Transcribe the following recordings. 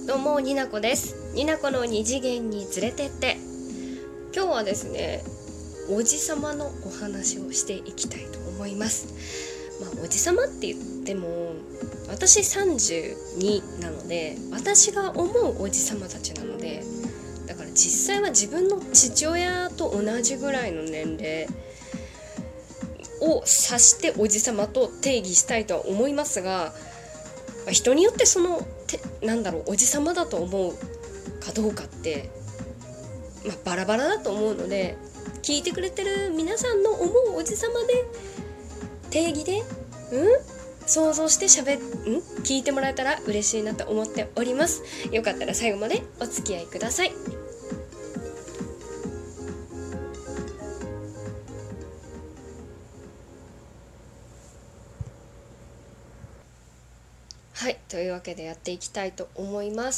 どうもになこです。になこの二次元に連れてって。今日はですね、おじさまのお話をしていきたいと思います。おじさまって言っても私32なので、私が思うおじさまたちなので、だから実際は自分の父親と同じぐらいの年齢を指しておじさまと定義したいとは思いますが、人によってそのおじさまだと思うかどうかって、バラバラだと思うので、聞いてくれてる皆さんの思うおじさまで定義で想像して聞いてもらえたら嬉しいなと思っております。よかったら最後までお付き合いください。はい、というわけでやっていきたいと思います。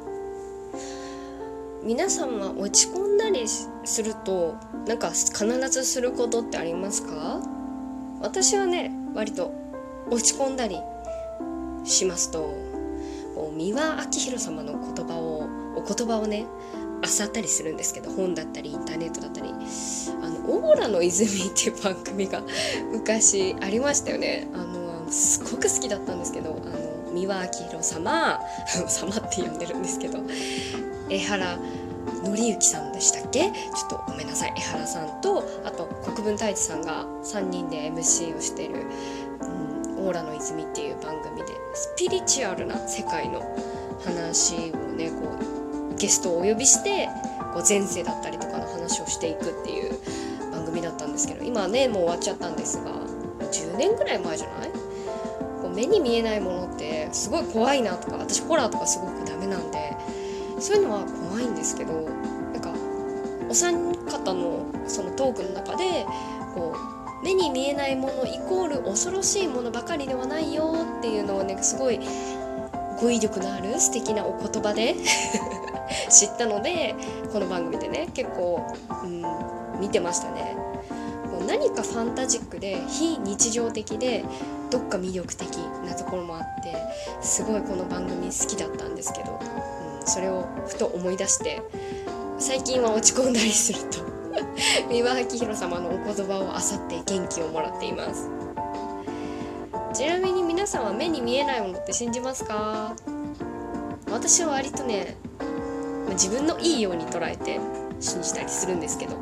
皆さんは落ち込んだりすると必ずすることってありますか？私はね、割と落ち込んだりしますと、三輪明宏様のお言葉をね漁ったりするんですけど、本だったりインターネットだったり、オーラの泉っていう番組が昔ありましたよね。すごく好きだったんですけど、三輪明宏様様って呼んでるんですけど、江原紀之さんでしたっけ？ちょっとごめんなさい。江原さんと、あと国分太一さんが3人で MC をしている、オーラの泉っていう番組でスピリチュアルな世界の話をね、ゲストをお呼びして前世だったりとかの話をしていくっていう番組だったんですけど、今はねもう終わっちゃったんですが、10年ぐらい前じゃない？目に見えないものってすごい怖いなとか、私ホラーとかすごくダメなんで、そういうのは怖いんですけど、お三方のそのトークの中で目に見えないものイコール恐ろしいものばかりではないよっていうのをね、すごい語彙力のある素敵なお言葉で知ったので、この番組でね結構、見てましたね。何かファンタジックで非日常的でどっか魅力的なところもあって、すごいこの番組好きだったんですけど、それをふと思い出して、最近は落ち込んだりすると三輪明宏様のお言葉を漁って元気をもらっています。ちなみに皆さんは目に見えないものって信じますか？私は割とね、自分のいいように捉えて信じたりするんですけど、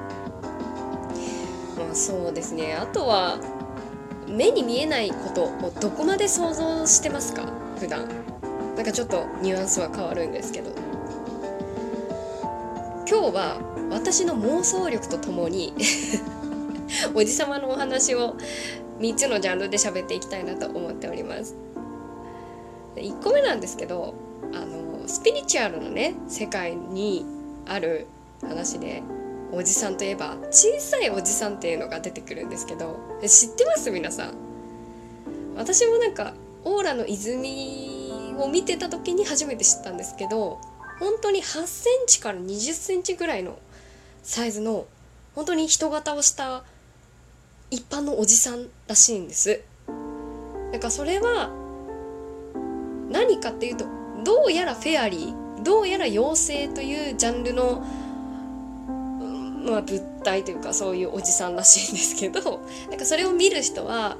そうですね。あとは目に見えないことをどこまで想像してますか？普段ちょっとニュアンスは変わるんですけど、今日は私の妄想力とともにおじさまのお話を3つのジャンルで喋っていきたいなと思っております。1個目なんですけど、スピリチュアルのね世界にある話で、おじさんといえば小さいおじさんっていうのが出てくるんですけど、知ってます皆さん？私もオーラの泉を見てた時に初めて知ったんですけど、本当に8センチから20センチぐらいのサイズの本当に人型をした一般のおじさんらしいんです。それは何かっていうと、どうやらフェアリー、どうやら妖精というジャンルの物体というか、そういうおじさんらしいんですけど、それを見る人は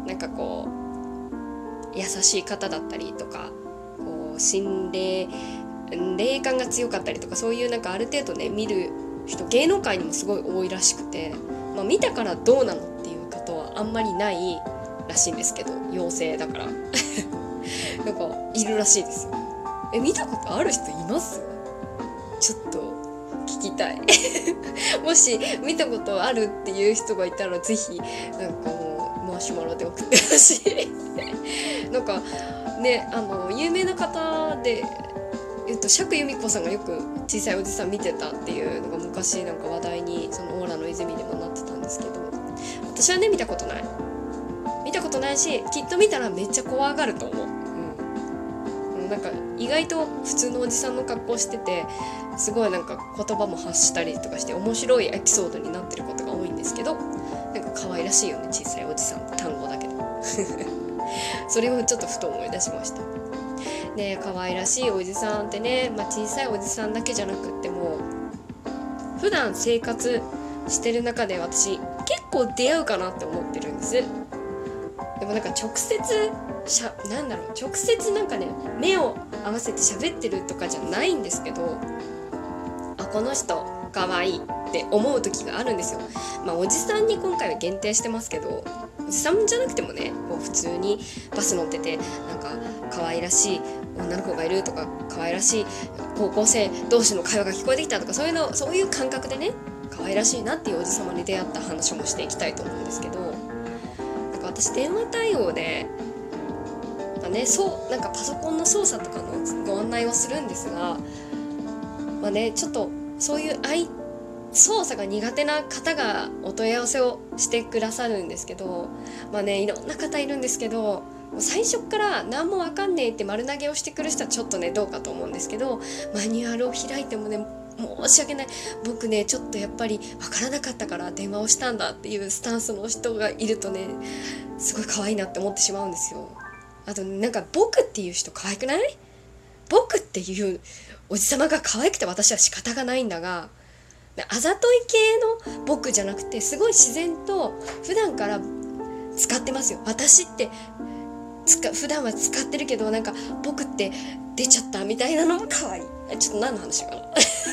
優しい方だったりとか、霊感が強かったりとか、そういうある程度ね見る人、芸能界にもすごい多いらしくて、見たからどうなのっていう方はあんまりないらしいんですけど、妖精だからいるらしいですよ。見たことある人います？ちょっと聞きたいもし見たことあるっていう人がいたら、ぜひマシュマロで送ってほしいね、有名な方で釈由美子さんがよく小さいおじさん見てたっていうのが昔話題に、そのオーラの泉でもなってたんですけど、私はね見たことないし、きっと見たらめっちゃ怖がると思う。意外と普通のおじさんの格好してて、すごい言葉も発したりとかして面白いエピソードになってることが多いんですけど、可愛らしいよね、小さいおじさんって単語だけどそれをちょっとふと思い出しました。 ね可愛らしいおじさんってね、小さいおじさんだけじゃなくっても普段生活してる中で私結構出会うかなって思ってるんです。でもなんか直接なんかね目を合わせて喋ってるとかじゃないんですけど、この人可愛いって思う時があるんですよ。おじさんに今回は限定してますけど、おじさんじゃなくてもねこう普通にバス乗っててなんか可愛らしい女の子がいるとか、可愛らしい高校生同士の会話が聞こえてきたとか、そういう感覚でね可愛らしいなっていうおじさまに出会った話もしていきたいと思うんですけど、なんか私電話対応でなんかパソコンの操作とかのご案内をするんですが、ちょっとそういう操作が苦手な方がお問い合わせをしてくださるんですけど、いろんな方いるんですけど、最初から何も分かんねえって丸投げをしてくる人はちょっとねどうかと思うんですけど、マニュアルを開いてもね申し訳ない、僕ねちょっとやっぱり分からなかったから電話をしたんだっていうスタンスの人がいるとねすごい可愛いなって思ってしまうんですよ。あとなんか僕っていう人可愛くない？僕っていうおじさまが可愛くて私は仕方がないんだが、あざとい系の僕じゃなくてすごい自然と普段から使ってますよ。私って普段は使ってるけどなんか僕って出ちゃったみたいなのも可愛い。ちょっと何の話かな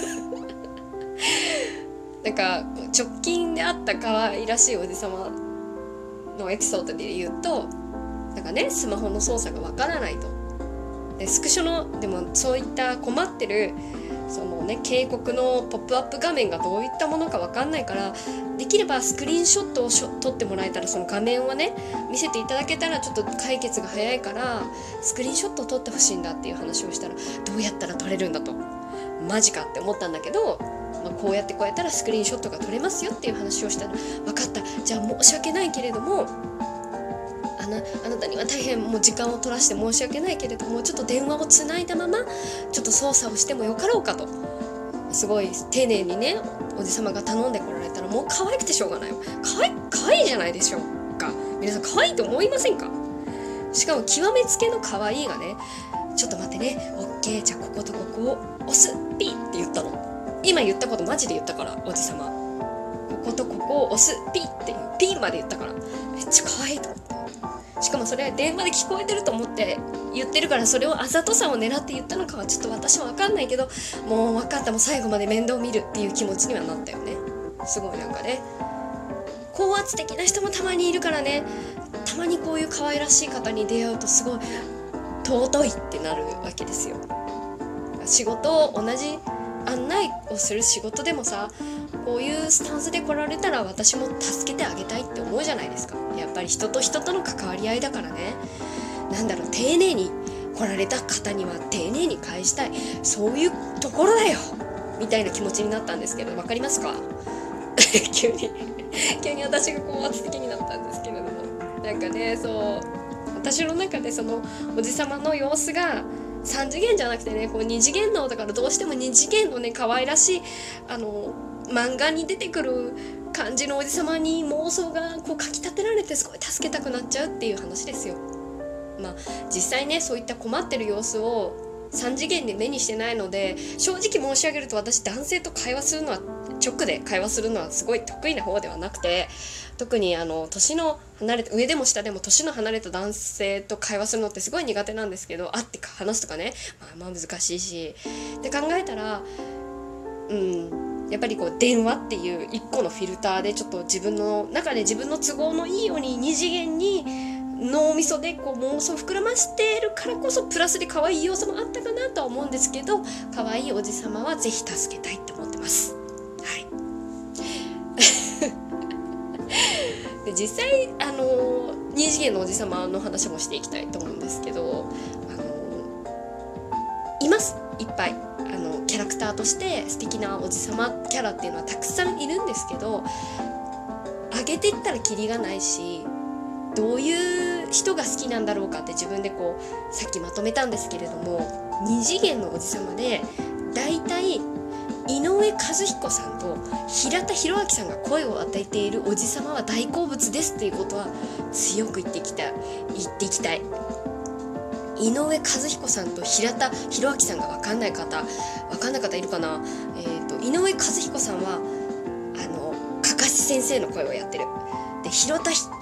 なんか直近であった可愛らしいおじさまのエピソードで言うと、なんかねスマホの操作がわからないと、でスクショのでもそういった困ってるそのね警告のポップアップ画面がどういったものかわかんないから、できればスクリーンショットを撮ってもらえたら、その画面をね見せていただけたらちょっと解決が早いからスクリーンショットを撮ってほしいんだっていう話をしたら、どうやったら撮れるんだと、マジかって思ったんだけど、こうやったらスクリーンショットが撮れますよっていう話をしたら、分かった、じゃあ申し訳ないけれどもあなたには大変もう時間を取らせて申し訳ないけれども、ちょっと電話をつないだままちょっと操作をしてもよかろうかと、すごい丁寧にねおじさまが頼んでこられたら、もう可愛くてしょうがないよ。可愛いじゃないでしょうか。皆さん可愛いと思いませんか？しかも極めつけの可愛いがね、ちょっと待ってね、オッケー、じゃあこことここを押す、ピッって言ったの。今言ったことマジで言ったから、おじさまこことここを押す、ピッっていうピンまで言ったから、めっちゃ可愛いと思って。しかもそれは電話で聞こえてると思って言ってるから、それをあざとさを狙って言ったのかはちょっと私も分かんないけど、もう分かった、もう最後まで面倒見るっていう気持ちにはなったよね。すごいなんかね高圧的な人もたまにいるからね、たまにこういう可愛らしい方に出会うとすごい尊いってなるわけですよ。仕事同じ案内をする仕事でもさ、こういうスタンスで来られたら私も助けてあげたいって思うじゃないですか。やっぱり人と人との関わり合いだからね、丁寧に来られた方には丁寧に返したい、そういうところだよみたいな気持ちになったんですけど、わかりますか急に私が高圧的になったんですけれども、なんかね私の中でそのおじさまの様子が3次元じゃなくてね、こう2次元のだから、どうしても2次元のね可愛らしい漫画に出てくる感じのおじさまに妄想がこうかき立てられて、すごい助けたくなっちゃうっていう話ですよ。実際ねそういった困ってる様子を3次元で目にしてないので、正直申し上げると私男性と会話するのは直で会話するのはすごい得意な方ではなくて、特に年の離れた上でも下でも年の離れた男性と会話するのってすごい苦手なんですけど、会って話すとかね難しいしって考えたら、やっぱりこう電話っていう一個のフィルターでちょっと自分の中で自分の都合のいいように2次元に脳みそでこう妄想を膨らましているからこそ、プラスで可愛い要素もあったかなとは思うんですけど、可愛いおじさまはぜひ助けたいって思ってます。はいで実際2次元のおじさまの話もしていきたいと思うんですけど、いますいっぱいキャラクターとして素敵なおじさまキャラっていうのはたくさんいるんですけど、上げていったらキリがないし、どういう人が好きなんだろうかって自分でこうさっきまとめたんですけれども、2次元のおじさまでだいたい井上和彦さんと平田博明さんが声を与えているおじさまは大好物ですっていうことは強く言っていきたい。 井上和彦さんと平田博明さんが分かんない方いるかな。井上和彦さんはかかし先生の声をやってる。で平田博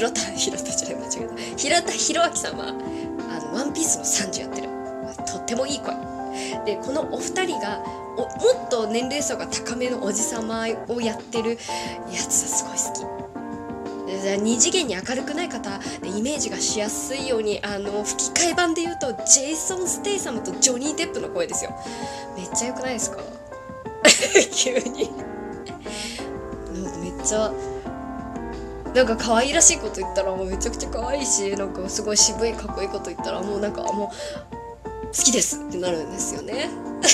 明さんはワンピースのサンジやってる。とってもいい声で、このお二人がもっと年齢層が高めのおじさまをやってるやつはすごい好き。二次元に明るくない方でイメージがしやすいように吹き替え版で言うとジェイソン・ステイサムとジョニー・デップの声ですよ。めっちゃ良くないですか急になんかめっちゃなんか可愛らしいこと言ったらもうめちゃくちゃ可愛いし、なんかすごい渋いかっこいいこと言ったらもうなんかもう好きですってなるんですよね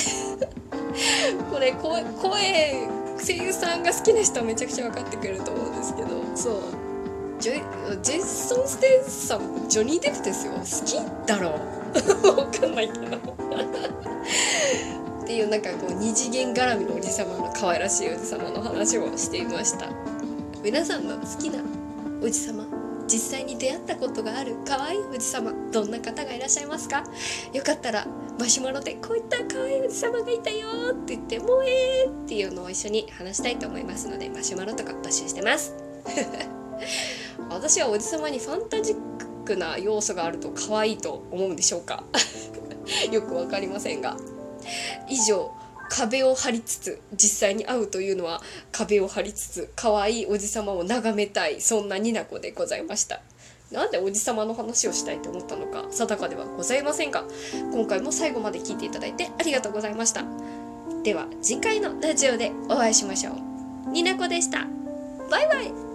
これ声声優さんが好きな人はめちゃくちゃ分かってくれると思うんですけど、そうジェイソン・ステイサムジョニー・デップですよ。好きだろう分かんないけどっていうなんかこう二次元絡みのおじさまの可愛らしいおじさまの話をしていました。皆さんの好きなおじさま、実際に出会ったことがある可愛いおじさま、どんな方がいらっしゃいますか？よかったらマシュマロでこういった可愛いおじさまがいたよって言ってもっていうのを一緒に話したいと思いますので、マシュマロとか募集してます私はおじさまにファンタジックな要素があると可愛いと思うんでしょうかよくわかりませんが、以上壁を張りつつ、実際に会うというのは壁を張りつつ可愛いおじさまを眺めたい、そんなニナコでございました。なんでおじさまの話をしたいと思ったのか定かではございませんが、今回も最後まで聞いていただいてありがとうございました。では次回のラジオでお会いしましょう。ニナコでした。バイバイ。